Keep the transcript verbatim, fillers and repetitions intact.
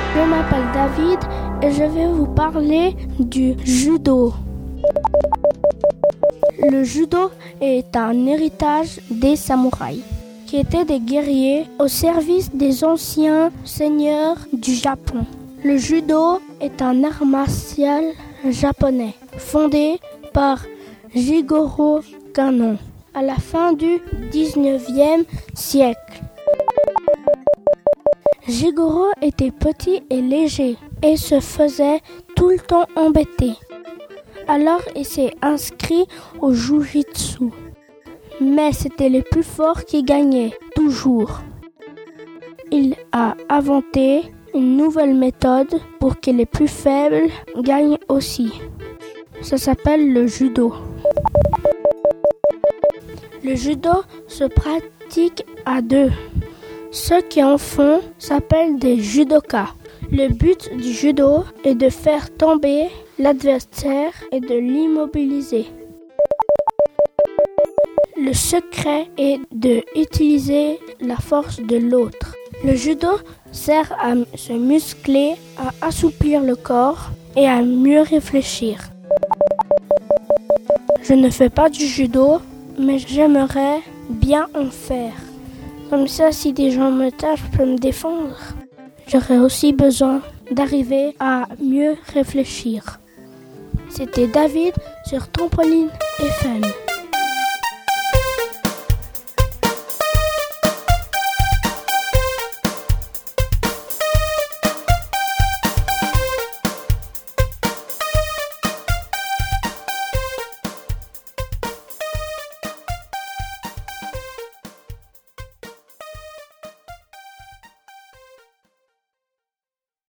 Je m'appelle David et je vais vous parler du judo. Le judo est un héritage des samouraïs, qui étaient des guerriers au service des anciens seigneurs du Japon. Le judo est un art martial japonais, fondé par Jigoro Kano à la fin du dix-neuvième siècle. Jigoro était petit et léger et se faisait tout le temps embêter. Alors il s'est inscrit au Jiu-Jitsu. Mais c'était les plus forts qui gagnaient, toujours. Il a inventé une nouvelle méthode pour que les plus faibles gagnent aussi. Ça s'appelle le judo. Le judo se pratique à deux. Ceux qui en font s'appellent des judokas. Le but du judo est de faire tomber l'adversaire et de l'immobiliser. Le secret est d'utiliser la force de l'autre. Le judo sert à se muscler, à assouplir le corps et à mieux réfléchir. Je ne fais pas du judo, mais j'aimerais bien en faire. Comme ça, si des gens me tapent, je peux me défendre. J'aurais aussi besoin d'arriver à mieux réfléchir. C'était David sur Trampoline F M.